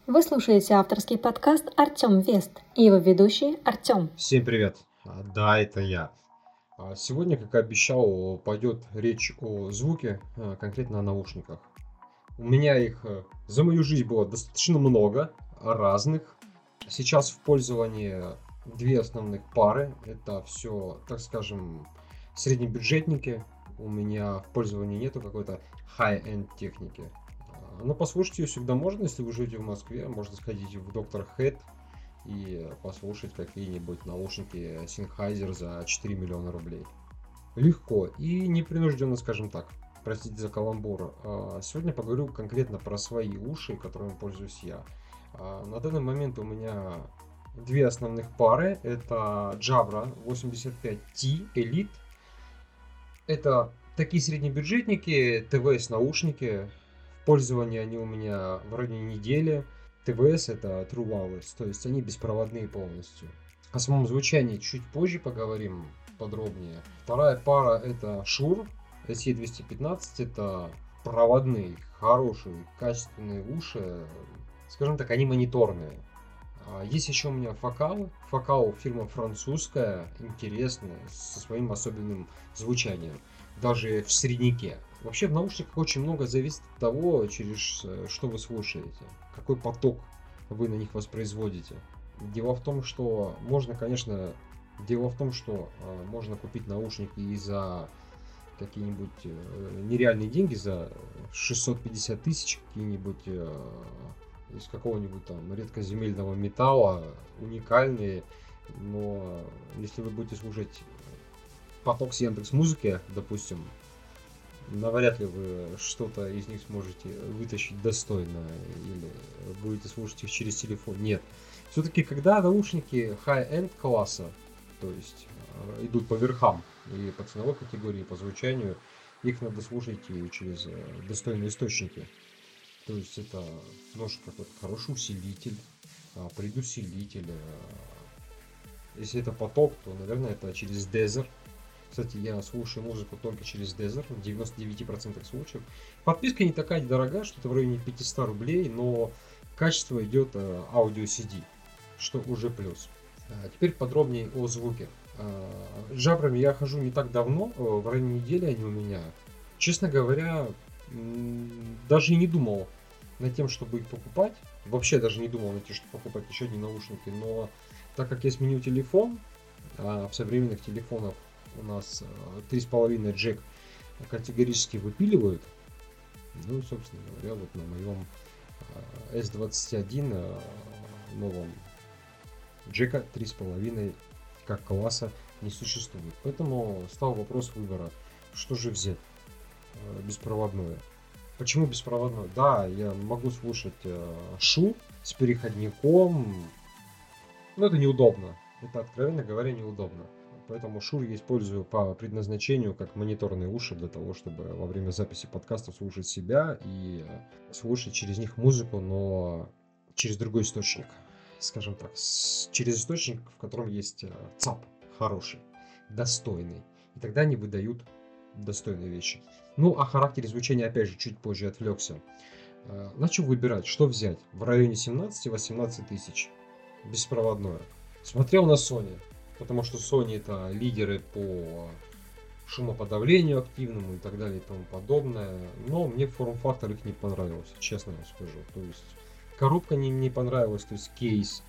Вы слушаете авторский подкаст «Артем Вест» и его ведущий Артем. Всем привет! Да, это я. Сегодня, как и обещал, пойдет речь о звуке, конкретно о наушниках. У меня их за мою жизнь было достаточно много, разных. Сейчас в пользовании две основных пары. Это все, так скажем, среднебюджетники. У меня в пользовании нету какой-то high-end техники. Но послушать ее всегда можно, если вы живете в Москве. Можно сходить в Доктор Head и послушать какие-нибудь наушники Sennheiser за 4 миллиона рублей. Легко и непринужденно, скажем так. Простите за каламбур. Сегодня поговорю конкретно про свои уши, которыми пользуюсь я. На данный момент у меня две основных пары. Это Jabra 85T Elite. Это такие среднебюджетники, ТВС наушники. В пользовании они у меня в районе недели. ТВС это True Wireless, то есть они беспроводные полностью. О самом звучании чуть позже поговорим подробнее. Вторая пара это Shure SE215, это проводные, хорошие, качественные уши, скажем так, они мониторные. Есть еще у меня Focal. Focal фирма французская, интересная, со своим особенным звучанием, даже в средняке. Вообще в наушниках очень много зависит от того, через что вы слушаете, какой поток вы на них воспроизводите. Дело в том, что можно купить наушники и за какие-нибудь нереальные деньги, за 650 тысяч, какие-нибудь из какого-нибудь там редкоземельного металла, уникальные, но если вы будете слушать поток с Яндекс.Музыки, допустим, навряд ли вы что-то из них сможете вытащить достойно или будете слушать их через телефон. Нет. Все-таки, когда наушники high-end класса, то есть идут по верхам и по ценовой категории, по звучанию, их надо слушать и через достойные источники. То есть это нужен какой-то хороший усилитель, предусилитель. Если это поток, то, наверное, это через Deezer. Кстати, я слушаю музыку только через Deezer в 99% случаев. Подписка не такая дорогая, что-то в районе 500 рублей, но качество идет аудио CD, что уже плюс. Теперь подробнее о звуке. Жабрами я хожу не так давно, в районе недели они у меня. Честно говоря, даже и не думал над тем, чтобы их покупать. Вообще даже не думал над тем, чтобы покупать еще одни наушники. Но так как я сменил телефон, в современных телефонах у нас 3,5 джек категорически выпиливают. Ну, собственно говоря, вот на моем S21 новом джека 3,5 как класса не существует. Поэтому стал вопрос выбора, что же взять. Беспроводное. Почему беспроводное? Да, я могу слушать Shure с переходником, но это неудобно. Это, откровенно говоря, неудобно. Поэтому Shure я использую по предназначению как мониторные уши для того, чтобы во время записи подкастов слушать себя и слушать через них музыку, но через другой источник. Скажем так, через источник, в котором есть ЦАП хороший, достойный. И тогда они выдают достойные вещи. Ну, о характере звучания, опять же, чуть позже отвлекся. Начал выбирать, что взять. В районе 17-18 тысяч. Беспроводное. Смотрел на Sony. Потому что Sony это лидеры по шумоподавлению активному и так далее и тому подобное. Но мне форм-фактор их не понравился, честно вам скажу. То есть коробка не понравилась, то есть кейс.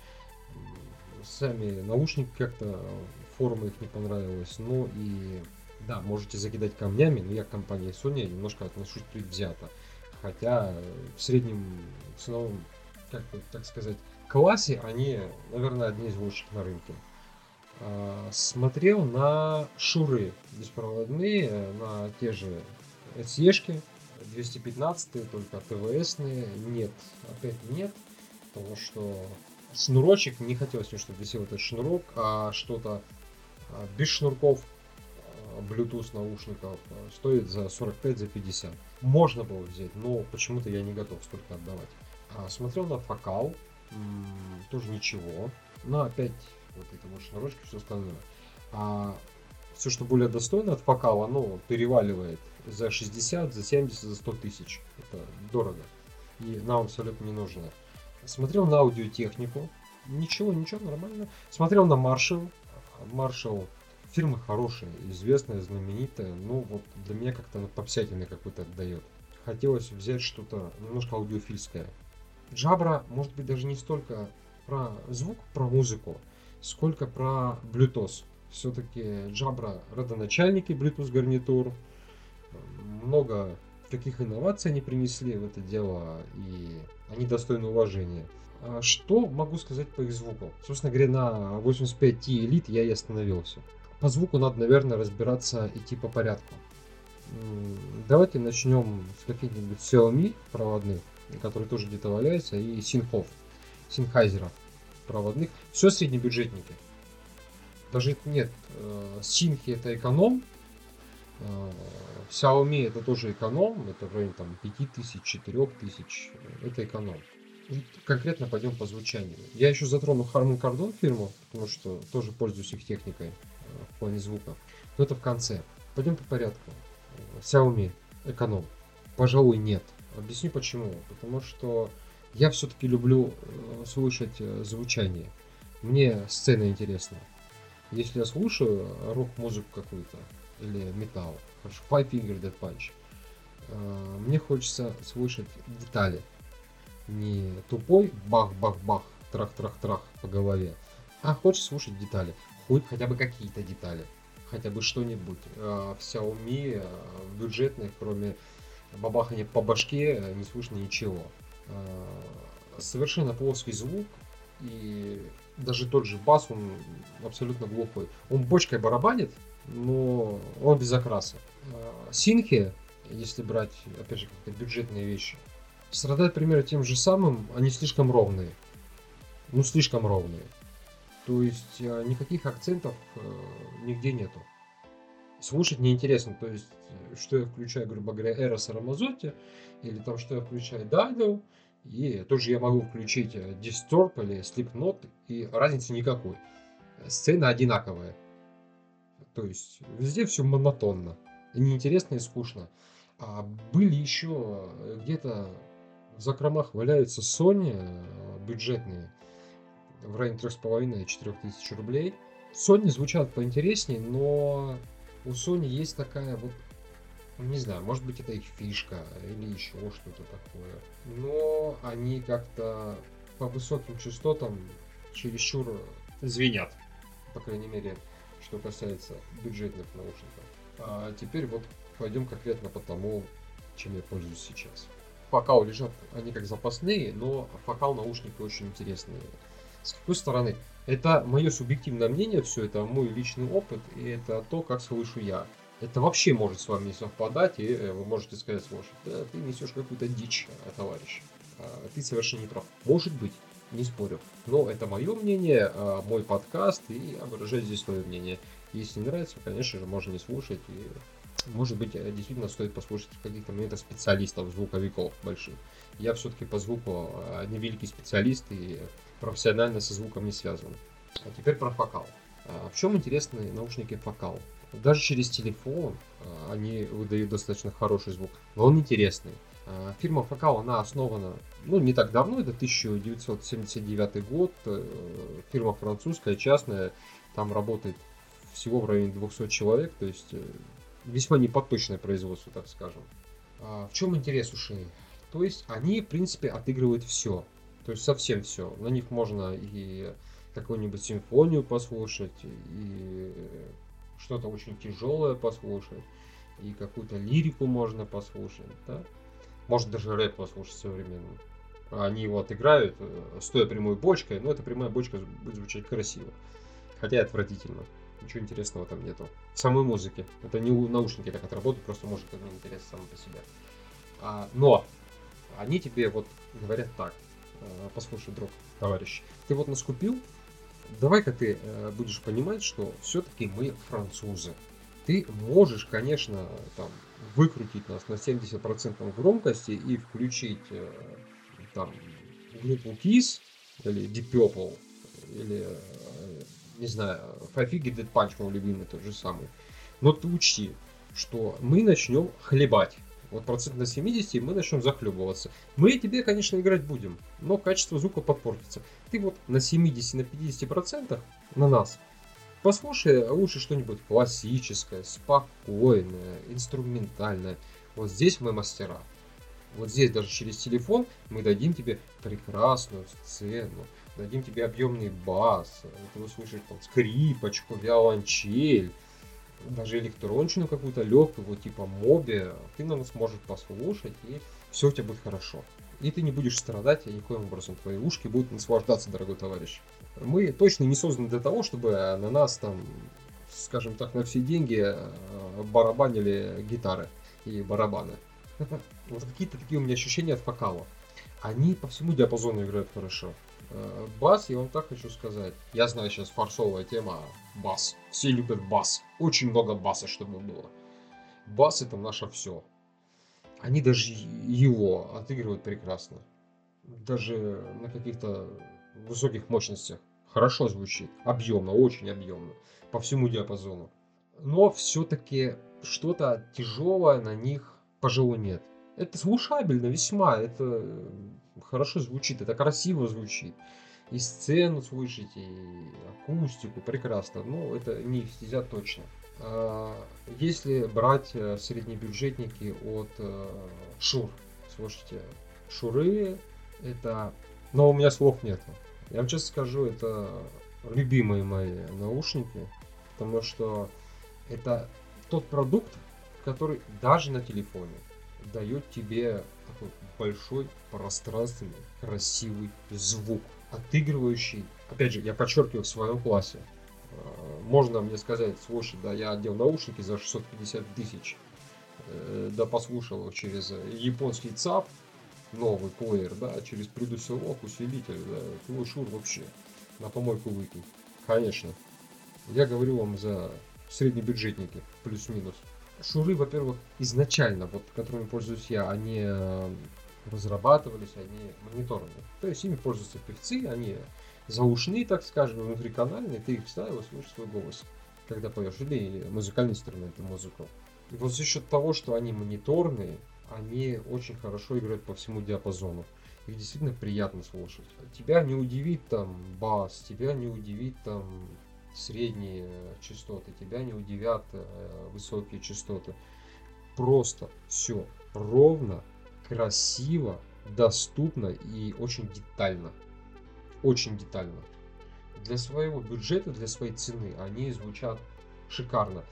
Сами наушники как-то, форма их не понравилась. Ну и да, можете закидать камнями, но я к компании Sony немножко отношусь предвзято. Хотя в среднем ценовом, как бы так сказать, классе они, наверное, одни из лучших на рынке. Смотрел на Шуры беспроводные, на те же SE-шки 215, только ТВСные. Нет, опять нет, потому что шнурочек, не хотелось мне, чтобы висел этот шнурок, а что-то без шнурков Bluetooth наушников стоит за 45-50. Можно было взять, но почему-то я не готов столько отдавать. Смотрел на Focal, тоже ничего, но опять вот эти вот шнурочки, все остальное. Все, что более достойно от Focal, оно переваливает за 60, за 70, за 100 тысяч. Это дорого. И нам абсолютно не нужно. Смотрел на аудиотехнику. Ничего, нормально. Смотрел на Marshall. Marshall фирма хорошая, известная, знаменитая. Ну, вот для меня как-то она попсятины какой-то отдает. Хотелось взять что-то немножко аудиофильское. Jabra, может быть, даже не столько про звук, про музыку, сколько про Bluetooth. Все-таки Jabra родоначальники Bluetooth гарнитур. Много каких инноваций они принесли в это дело, и они достойны уважения. Что могу сказать по их звуку? Собственно говоря, на 85T Elite я и остановился. По звуку надо, наверное, разбираться, идти по порядку. Давайте начнем с каких-нибудь Xiaomi проводных, которые тоже где-то валяются, и Sennheiser проводных. Все среднебюджетники. Даже нет, Shinhi это эконом, Xiaomi это тоже эконом, это в районе там 5000, 4000, это эконом. И конкретно пойдем по звучанию. Я еще затрону Harman Kardon фирму, потому что тоже пользуюсь их техникой в плане звука. Но это в конце. Пойдем по порядку. Xiaomi эконом. Пожалуй, нет. Объясню почему. Потому что я все-таки люблю слышать звучание. Мне сцена интересна. Если я слушаю рок-музыку какую-то или металл, Five Finger Death Punch, мне хочется слышать детали. Не тупой бах-бах-бах, трах-трах-трах по голове, а хочется слушать детали. Хотя бы какие-то детали. Хотя бы что-нибудь. В Xiaomi бюджетных, кроме бабахания по башке, не слышно ничего. Совершенно плоский звук. И даже тот же бас, он абсолютно глухой. Он бочкой барабанит, но он без окраса. Shinhi, если брать, опять же, какие-то бюджетные вещи, страдают примерно тем же самым, они слишком ровные. Ну, слишком ровные. То есть никаких акцентов нигде нету. Слушать неинтересно. То есть, что я включаю, грубо говоря, Eros Ramazzotti, или там, что я включаю Dido, и тоже я могу включить Disturb или Slipknot, и разницы никакой. Сцена одинаковая. То есть, везде все монотонно. И неинтересно, и скучно. А были еще где-то в закромах валяются Sony бюджетные в районе 3,5-4 тысяч рублей. Sony звучат поинтереснее, но у Sony есть такая вот, не знаю, может быть это их фишка или еще что-то такое. Но они как-то по высоким частотам чересчур звенят. По крайней мере, что касается бюджетных наушников. А теперь вот пойдем конкретно по тому, чем я пользуюсь сейчас. Фокал лежат, они как запасные, но фокал наушники очень интересные. С какой стороны? Это мое субъективное мнение, все это мой личный опыт, и это то, как слышу я. Это вообще может с вами не совпадать, и вы можете сказать: слушай, да, ты несешь какую-то дичь, товарищ. Ты совершенно не прав. Может быть, не спорю. Но это мое мнение, мой подкаст, и я выражаю здесь свое мнение. Если не нравится, конечно же, можно не слушать. И, может быть, действительно стоит послушать каких-то моментов специалистов, звуковиков больших. Я все-таки по звуку не великий специалист и профессионально со звуком не связан. А теперь про фокал. В чем интересны наушники фокал? Даже через телефон они выдают достаточно хороший звук, но он интересный. Фирма Focal, она основана, не так давно, это 1979 год. Фирма французская, частная, там работает всего в районе 200 человек, то есть весьма неподточное производство, так скажем. В чем интерес ушей? То есть они, в принципе, отыгрывают все, то есть совсем все. На них можно и какую-нибудь симфонию послушать, и что-то очень тяжелое послушать, и какую-то лирику можно послушать, да? Может даже рэп послушать современный. Они его отыграют, стоя прямой бочкой, но эта прямая бочка будет звучать красиво. Хотя и отвратительно. Ничего интересного там нету. В самой музыке. Это не наушники так отработают, просто музыка не интересна сама по себе. Но они тебе вот говорят так: послушай, друг, товарищ, ты вот наскупил, давай-ка ты будешь понимать, что все-таки мы французы. Ты можешь, конечно, там выкрутить нас на 70% громкости и включить там группу Kiss или Deep Purple или, не знаю, Five Finger Death Punch, мой любимый, тот же самый. Но ты учти, что мы начнем хлебать. Вот процент на 70, и мы начнем захлебываться. Мы тебе, конечно, играть будем, но качество звука подпортится. Ты вот на 70, на 50% на нас послушай лучше что-нибудь классическое, спокойное, инструментальное. Вот здесь мы мастера. Вот здесь даже через телефон мы дадим тебе прекрасную сцену, дадим тебе объемный бас, ты услышишь там скрипочку, виолончель, даже электронщину какую-то легкую, вот типа моби, ты на нас можешь послушать, и все у тебя будет хорошо. И ты не будешь страдать, и никоим образом твои ушки будут наслаждаться, дорогой товарищ. Мы точно не созданы для того, чтобы на нас там, скажем так, на все деньги барабанили гитары и барабаны. Вот какие-то такие у меня ощущения от вокала. Они по всему диапазону играют хорошо. Бас, я вам так хочу сказать. Я знаю, сейчас фарсовая тема, бас. Все любят бас. Очень много баса, чтобы было. Бас это наше все. Они даже его отыгрывают прекрасно. Даже на каких-то высоких мощностях. Хорошо звучит. Объемно, очень объемно. По всему диапазону. Но все-таки что-то тяжелое на них, пожалуй, нет. Это слушабельно весьма. Это хорошо звучит, это красиво звучит. И сцену слышите, и акустику прекрасно. Но это не стезя точно. Если брать среднебюджетники от Шур, слушайте, Шуры это... Но у меня слов нету. Я вам честно скажу, это любимые мои наушники, потому что это тот продукт, который даже на телефоне дает тебе такой большой, пространственный, красивый звук, отыгрывающий, опять же, я подчеркиваю, в своем классе. Можно мне сказать, слушай, да, я одел наушники за 650 тысяч, да послушал их через японский ЦАП, новый плеер, да, через предусилок, усилитель, да, твой Шур вообще на помойку выкинь. Конечно. Я говорю вам за среднебюджетники, плюс-минус. Шуры, во-первых, изначально, вот которыми пользуюсь я, они разрабатывались, они мониторные. То есть ими пользуются певцы, они заушные, так скажем, внутриканальные, ты их вставил и слышишь свой голос, когда поешь, или музыкальные инструменты, музыку. И вот за счет того, что они мониторные, они очень хорошо играют по всему диапазону. Их действительно приятно слушать. Тебя не удивит там бас, тебя не удивит там средние частоты, тебя не удивят высокие частоты. Просто все ровно, красиво, доступно и очень детально. Очень детально. Для своего бюджета, для своей цены они звучат шикарно.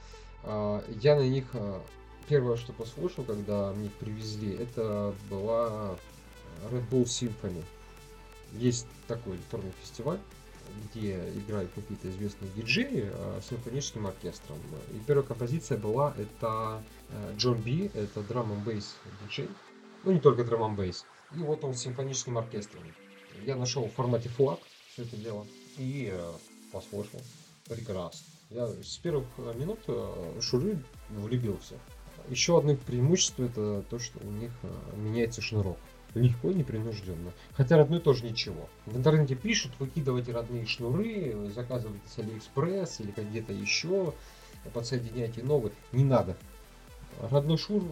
Я на них первое, что послушал, когда мне их привезли, это была Red Bull Symphony. Есть такой электронный фестиваль, где играют какие-то известные диджеи с симфоническим оркестром. И первая композиция была это Джон Би, это драм н бейс диджей. Ну, не только драм н бейс. И вот он с симфоническим оркестром. Я нашел в формате флаг все это дело и послушал. Прекрасно. Я с первых минут Шуры влюбился. Еще одно преимущество это то, что у них меняется шнурок. Легко и непринужденно. Хотя родной тоже ничего. В интернете пишут, выкидывайте родные шнуры, заказывайте с Алиэкспресс или где-то еще, подсоединяйте новый. Не надо. Родной шнур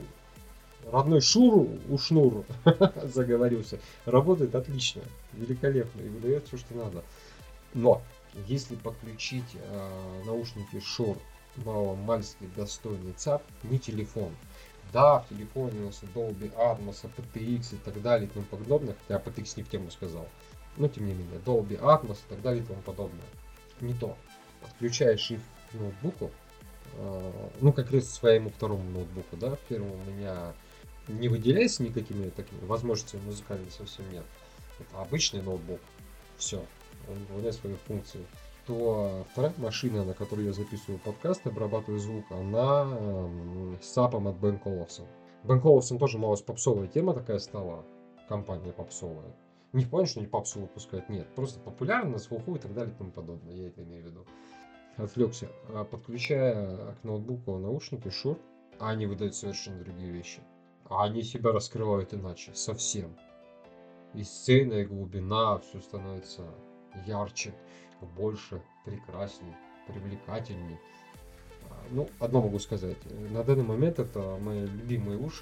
у шнуру заговорился. Работает отлично, великолепно и выдает все, что надо. Но если подключить наушники Shure маломальски достойный ЦАП, не телефон. Да, в телефоне у нас Dolby Atmos, PTX и так далее и тому подобное. Я PTX не в тему сказал. Но тем не менее, Dolby Atmos и так далее и тому подобное. Не то. Подключаешь их к ноутбуку, ну как раз своему второму ноутбуку, да, в первом у меня не выделяется никакими такими возможностями музыкальными совсем нет. Это обычный ноутбук. Все. Он выполняет свои функции. То вторая машина, на которой я записываю подкаст, обрабатываю звук, она с САПом от Бен Колловсон. Бен Колловсон тоже малость попсовая тема такая стала, компания попсовая. Не в плане, что они попсу выпускают, нет, просто популярно, слуху и так далее и тому подобное, я это имею в виду. Отвлекся. Подключая к ноутбуку наушники Shure, они выдают совершенно другие вещи. А они себя раскрывают иначе, совсем. И сцена, и глубина, все становится ярче, больше, прекрасней, привлекательней. Ну, одно могу сказать. На данный момент это мои любимые уши.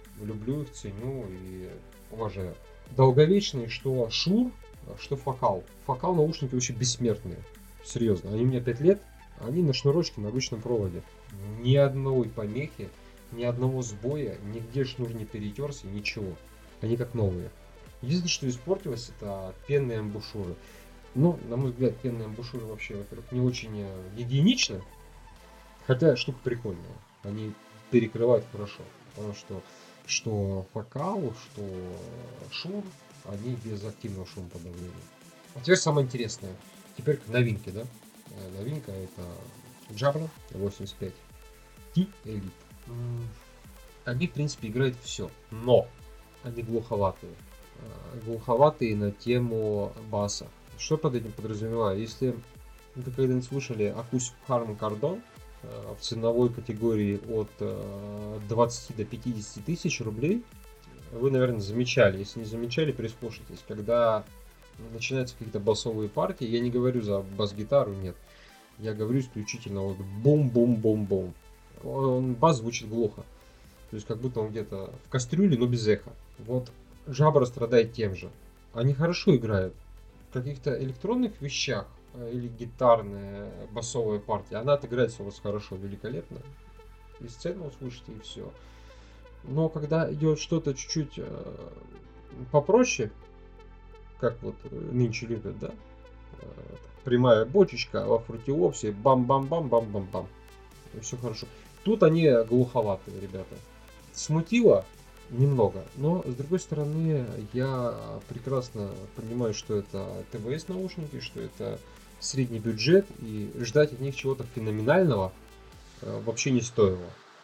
Люблю их, ценю и уважаю. Долговечные, что Shure, что Focal. Focal наушники вообще бессмертные. Серьезно, они мне 5 лет, они на шнурочке, на обычном проводе. Ни одной помехи, ни одного сбоя, нигде шнур не перетерся, ничего. Они как новые. Единственное, что испортилось, это пенные амбушюры. Но, на мой взгляд, пенные амбушюры вообще, во-первых, не очень гигиеничны. Хотя штука прикольная. Они перекрывают хорошо. Потому что Focal, что Shure, они без активного шумоподавления. А теперь самое интересное. Теперь к новинке, да? Новинка это Jabra 85 T Elite. Они, в принципе, играют все, но они глуховатые. Глуховатые на тему баса. Что под этим подразумеваю? Если вы когда-нибудь слышали Acoustic Harman Kardon в ценовой категории от 20 до 50 тысяч рублей, вы, наверное, замечали. Если не замечали, прислушайтесь. Когда начинаются какие-то басовые партии, я не говорю за бас-гитару, нет. Я говорю исключительно вот бум-бум-бум-бум. Бас звучит глухо. То есть как будто он где-то в кастрюле, но без эха. Вот Jabra страдает тем же. Они хорошо играют. В каких-то электронных вещах или гитарная басовая партия, она отыграется у вас хорошо, великолепно. И сцену услышите, и все. Но когда идет что-то чуть-чуть попроще, как вот нынче любят, да? Прямая бочечка во фрутилопсе, бам-бам-бам-бам-бам-бам. И все хорошо. Тут они глуховатые, ребята. Смутило немного, но с другой стороны я прекрасно понимаю, что это ТВС наушники, что это средний бюджет, и ждать от них чего-то феноменального вообще не стоило.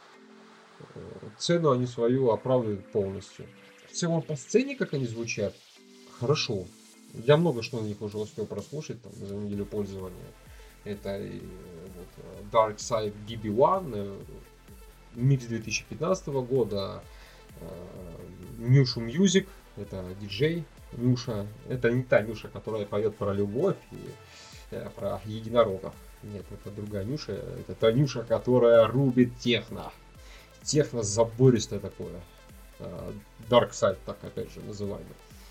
Цену они свою оправдывают полностью. В целом по сцене, как они звучат, хорошо. Я много что на них уже успел прослушать там, за неделю пользования. Это и, вот, Dark Side DB1, микс 2015 года, Нюша Music, это диджей Нюша. Это не та Нюша, которая поет про любовь и про единорогов. Нет, это другая Нюша. Это та Нюша, которая рубит техно. Техно забористое такое. Dark Side, так опять же называемый.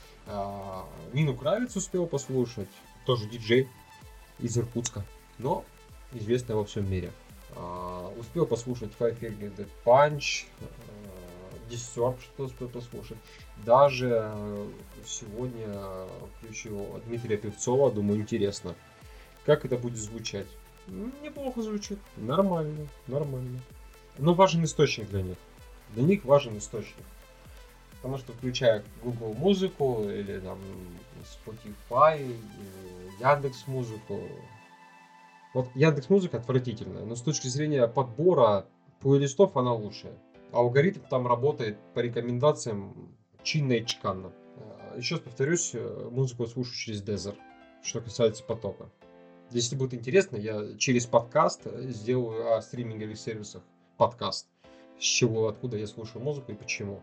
Нину Кравец успел послушать. Тоже диджей из Иркутска, но известная во всем мире. Успел послушать Five Finger Death Punch, Disturb, что успел послушать. Даже сегодня включил Дмитрия Певцова, думаю, интересно, как это будет звучать. Неплохо звучит, нормально. Но важен источник для них. Для них важен источник. Потому что включая Google музыку или там Spotify, Яндекс музыку. Вот Яндекс музыка отвратительная, но с точки зрения подбора плейлистов она лучшая. Алгоритм там работает по рекомендациям чинно и чеканно. Еще раз повторюсь, музыку слушаю через Deezer, что касается потока. Если будет интересно, я через подкаст сделаю о стриминговых сервисах подкаст. С чего, откуда я слушаю музыку и почему.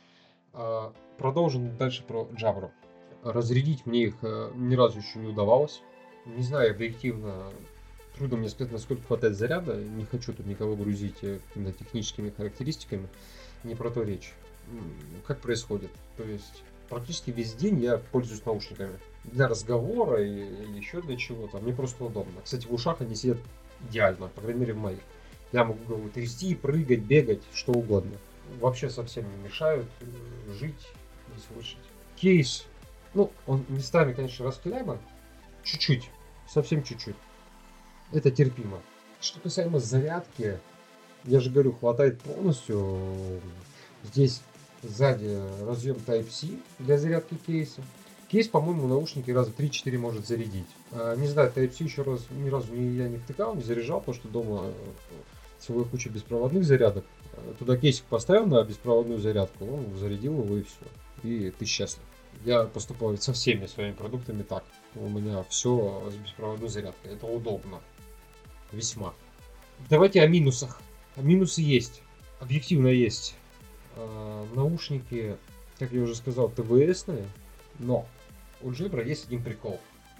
Продолжим дальше про Jabra. Разрядить мне их ни разу еще не удавалось. Не знаю, объективно трудно мне сказать, насколько хватает заряда. Не хочу тут никого грузить техническими характеристиками. Не про то речь. Как происходит? То есть практически весь день я пользуюсь наушниками. Для разговора или еще для чего-то. Мне просто удобно. Кстати, в ушах они сидят идеально, по крайней мере в моих. Я могу голову трясти, прыгать, бегать, что угодно. Вообще совсем не мешают жить и слышать. Кейс, он местами, конечно, расхлябан. Чуть-чуть, совсем чуть-чуть. Это терпимо. Что касаемо зарядки, я же говорю, хватает полностью. Здесь сзади разъем Type-C для зарядки кейса. Кейс, по-моему, наушники раза 3-4 может зарядить. Не знаю, Type-C еще раз ни разу я не втыкал, не заряжал, потому что дома целая куча беспроводных зарядок. Туда кейсик поставил на беспроводную зарядку, он зарядил его и все. И ты счастлив. Я поступаю со всеми своими продуктами так. У меня все с беспроводной зарядкой. Это удобно. Весьма. Давайте о минусах. Минусы есть. Объективно есть. Наушники, как я уже сказал, ТВСные. Но у Jabra есть один прикол.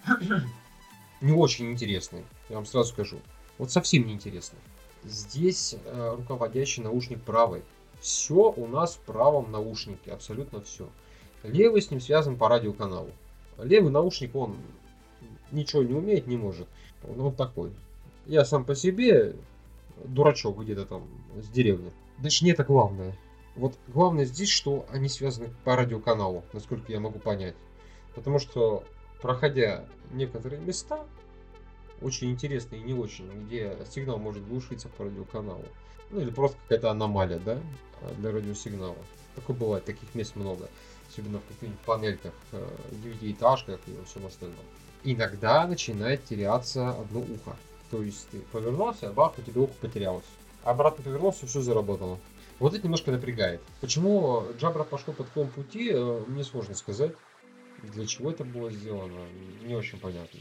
Не очень интересный. Я вам сразу скажу. Вот совсем не интересный. Здесь руководящий наушник правый. Все у нас в правом наушнике, абсолютно все. Левый с ним связан по радиоканалу. Левый наушник, он ничего не умеет, не может. Он вот такой. Я сам по себе дурачок где-то там с деревни. Даже не это главное. Вот главное здесь, что они связаны по радиоканалу, насколько я могу понять. Потому что, проходя некоторые места, очень интересные и не очень, где сигнал может глушиться по радиоканалу. Ну или просто какая-то аномалия, да, для радиосигнала. Такое бывает, таких мест много. Особенно в каких-нибудь панельках, девятиэтажках и во всем остальном. Иногда начинает теряться одно ухо. То есть ты повернулся, а бах, у тебя ухо потерялось. Обратно повернулся, все заработало. Вот это немножко напрягает. Почему Jabra пошло по такому пути, мне сложно сказать. Для чего это было сделано, не очень понятно.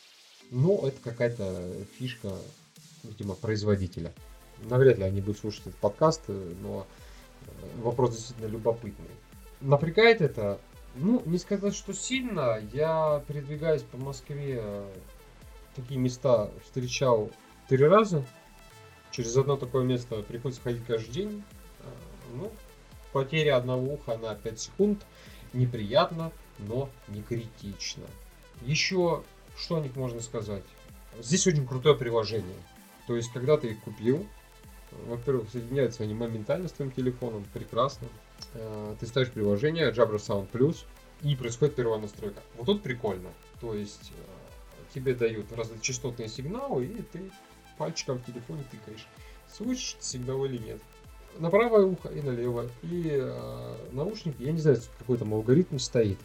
Но это какая-то фишка, видимо, производителя. Навряд ли они будут слушать этот подкаст, но вопрос действительно любопытный. Напрягает это? Ну, не сказать, что сильно. Я, передвигаясь по Москве, такие места встречал 3 раза. Через одно такое место приходится ходить каждый день. Ну, потеря одного уха на 5 секунд. Неприятно, но не критично. Еще что о них можно сказать? Здесь очень крутое приложение. То есть, когда ты их купил, во-первых, соединяются они моментально с твоим телефоном, прекрасно. Ты ставишь приложение Jabra Sound Plus, и происходит первая настройка. Вот тут прикольно. То есть, тебе дают разночастотные сигналы, и ты пальчиком в телефоне тыкаешь, слышишь сигнал или нет. На правое ухо и на левое. И наушники, я не знаю, какой там алгоритм стоит,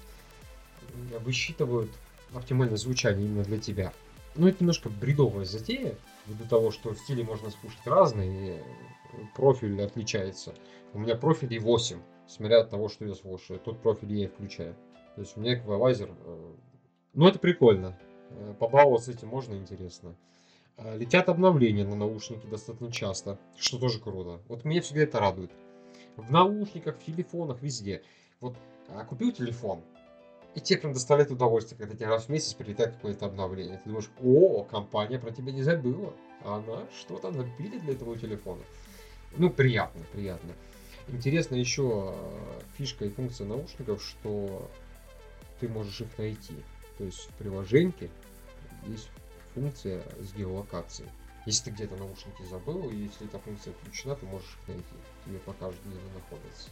высчитывают оптимальное звучание именно для тебя. Но это немножко бредовая затея, ввиду того, что стили можно слушать разные, и профиль отличается. У меня профиль 8, смотря от того, что я слушаю. Тот профиль я и включаю. То есть у меня эквалайзер. Ну, это прикольно. Побаловаться этим можно, интересно. Летят обновления на наушники достаточно часто, что тоже круто. Вот меня всегда это радует. В наушниках, в телефонах, везде. Вот купил телефон, и тебе прям доставляет удовольствие, когда тебе раз в месяц прилетает какое-то обновление. Ты думаешь, о, компания про тебя не забыла. Она что-то напилит для этого телефона. Ну, приятно, приятно. Интересно еще фишка и функция наушников, что ты можешь их найти. То есть в приложении есть функция с геолокацией. Если ты где-то наушники забыл, и если эта функция включена, ты можешь их найти. Тебе покажут, где они находятся.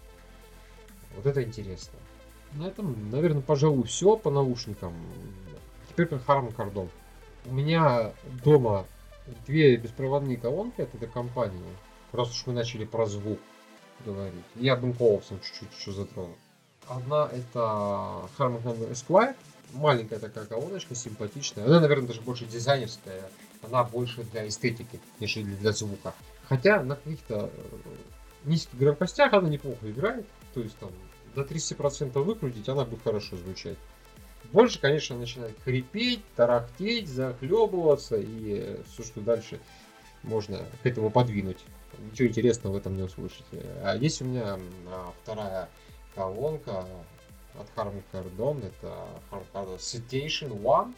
Вот это интересно. На этом, наверное, пожалуй, все по наушникам. Теперь про Harman Kardon. У меня дома 2 беспроводные колонки от этой компании. Раз уж мы начали про звук говорить. Я Бен Олufsen чуть-чуть еще затронул. Одна это Harman Kardon Esquire. Маленькая такая колоночка, симпатичная. Она, наверное, даже больше дизайнерская. Она больше для эстетики, нежели для звука. Хотя на каких-то низких громкостях она неплохо играет. То есть там до 30% выкрутить, она будет хорошо звучать. Больше, конечно, начинает хрипеть, тарахтеть, захлебываться и все, что дальше можно к этому подвинуть. Ничего интересного в этом не услышите. А есть у меня вторая колонка от Harman Kardon. Это Harman Kardon Citation One.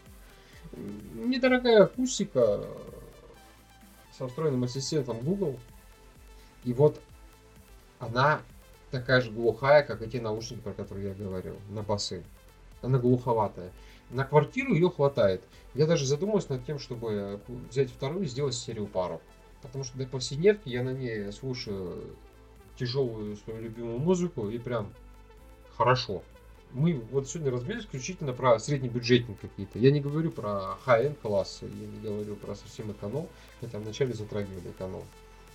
Недорогая акустика со встроенным ассистентом Google. И вот она такая же глухая, как и те наушники, про которые я говорил, на басы. Она глуховатая. На квартиру ее хватает. Я даже задумался над тем, чтобы взять вторую и сделать серию пару. Потому что для повседневки я на ней слушаю тяжелую свою любимую музыку и прям хорошо. Мы вот сегодня разбились исключительно про среднебюджетные какие-то. Я не говорю про high-end классы, я не говорю про совсем эконом, хотя вначале затрагивали эконом.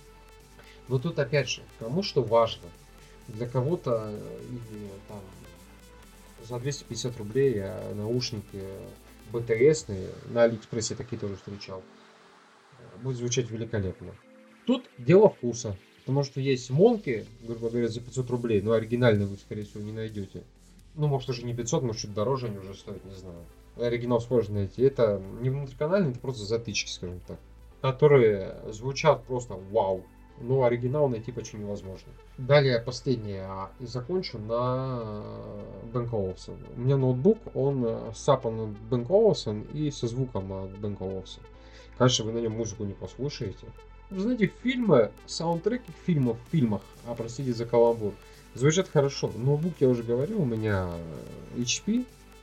Но тут опять же, кому что важно. Для кого-то или там за 250 рублей наушники БТСные, на Алиэкспрессе такие тоже встречал, будет звучать великолепно. Тут дело вкуса, потому что есть монки, грубо говоря, за 500 рублей, но оригинальные вы, скорее всего, не найдете. Ну, может, уже не 500, может, чуть дороже они уже стоят, не знаю. Оригинал сложно найти. Это не внутриканальные, это просто затычки, скажем так, которые звучат просто вау. Но оригинал найти почти невозможно. Далее последнее закончу на Бен Олufsen. У меня ноутбук, он сапан от Бен Олufsen и со звуком от Бен Олufsen. Конечно, вы на нем музыку не послушаете. Вы знаете, фильмы, саундтреки к фильмах, простите за каламбур, звучат хорошо. Ноутбук, я уже говорил, у меня HP,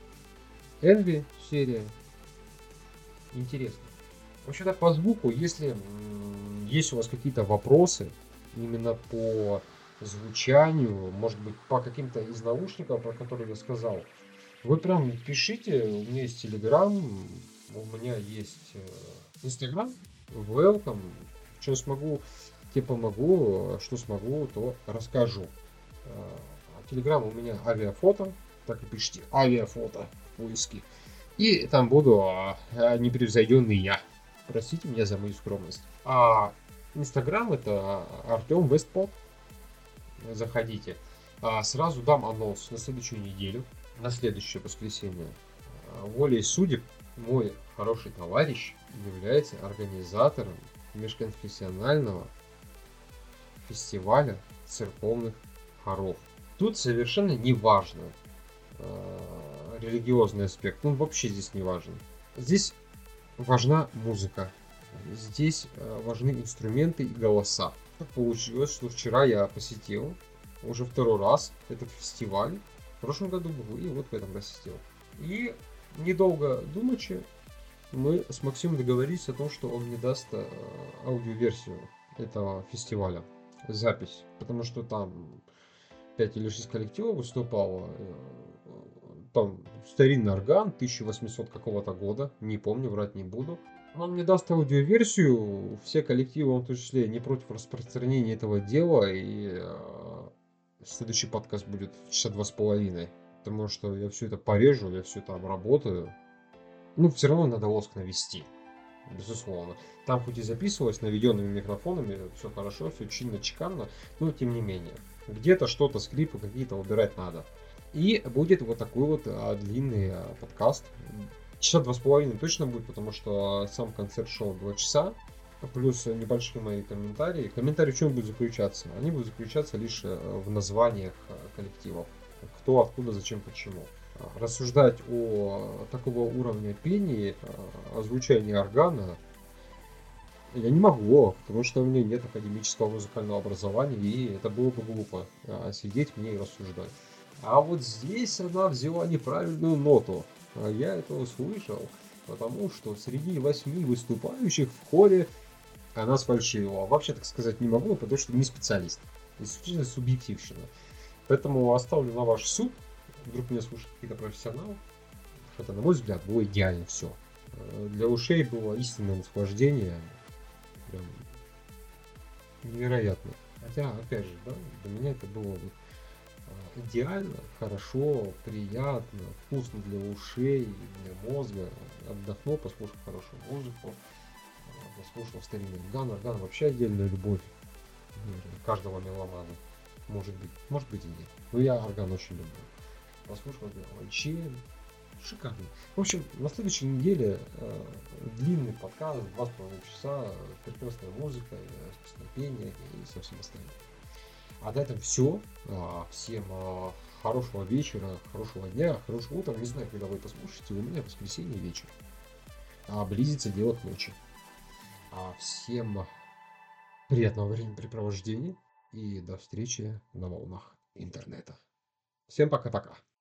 Envy серия. Интересно. Вообще-то по звуку, если есть у вас какие-то вопросы именно по звучанию, может быть, по каким-то из наушников, про которые я сказал, вы прям пишите, у меня есть Telegram, у меня есть Instagram, welcome, что смогу, те помогу, что смогу, то расскажу. Telegram у меня авиафото, так и пишите авиафото в поиске. И там буду непревзойденный я. Простите меня за мою скромность. А Инстаграм это Артем Вестпот. Заходите. Сразу дам анонс на следующую неделю, на следующее воскресенье. Волей судеб мой хороший товарищ является организатором межконфессионального фестиваля церковных хоров. Тут совершенно не важно религиозный аспект, он вообще здесь не важен. Здесь важна музыка, здесь важны инструменты и голоса. Так получилось, что вчера я посетил уже второй раз этот фестиваль. В прошлом году был и вот в этом посетил. И недолго думачи мы с Максимом договорились о том, что он мне даст аудиоверсию этого фестиваля, запись, потому что там 5 или 6 коллективов выступало. Там старинный орган 1800 какого-то года, не помню, врать не буду. Он мне даст аудиоверсию, все коллективы, в том числе, не против распространения этого дела, и следующий подкаст будет часа 2,5, потому что я все это порежу, я все это обработаю. Ну, все равно надо лоск навести, безусловно. Там хоть и записывалось наведенными микрофонами, все хорошо, все чинно, чеканно, но тем не менее. Где-то что-то, скрипы какие-то убирать надо. И будет вот такой вот длинный подкаст. Часа 2,5 точно будет, потому что сам концерт шел 2 часа. Плюс небольшие мои комментарии. Комментарии в чем будут заключаться? Они будут заключаться лишь в названиях коллективов. Кто, откуда, зачем, почему. Рассуждать о такого уровня пении, о звучании органа я не могу, потому что у меня нет академического музыкального образования, и это было бы глупо сидеть мне и рассуждать. А вот здесь она взяла неправильную ноту. Я это услышал, потому что среди 8 выступающих в хоре она сфальшивила. Вообще так сказать не могу, потому что не специалист. Исключительно субъективщина. Поэтому оставлю на ваш суд. Вдруг меня слушают какие-то профессионалы. Это, на мой взгляд, было идеально все. Для ушей было истинное наслаждение. Прям невероятно. Хотя, опять же, да, для меня это было вот идеально, хорошо, приятно, вкусно для ушей, для мозга. Отдохнул, послушал хорошую музыку, послушал старинный орган. Орган вообще отдельная любовь каждого меломана. Может быть и нет. Но я орган очень люблю. Послушал виолончель. Шикарно. В общем, на следующей неделе длинный подкаст, 2,5 часа, прекрасная музыка, пение и со всем остальным. А на этом все. Всем хорошего вечера, хорошего дня, хорошего утра. Не знаю, когда вы послушаете. У меня воскресенье вечер. Близится дело к ночи. Всем приятного времяпрепровождения и до встречи на волнах интернета. Всем пока-пока.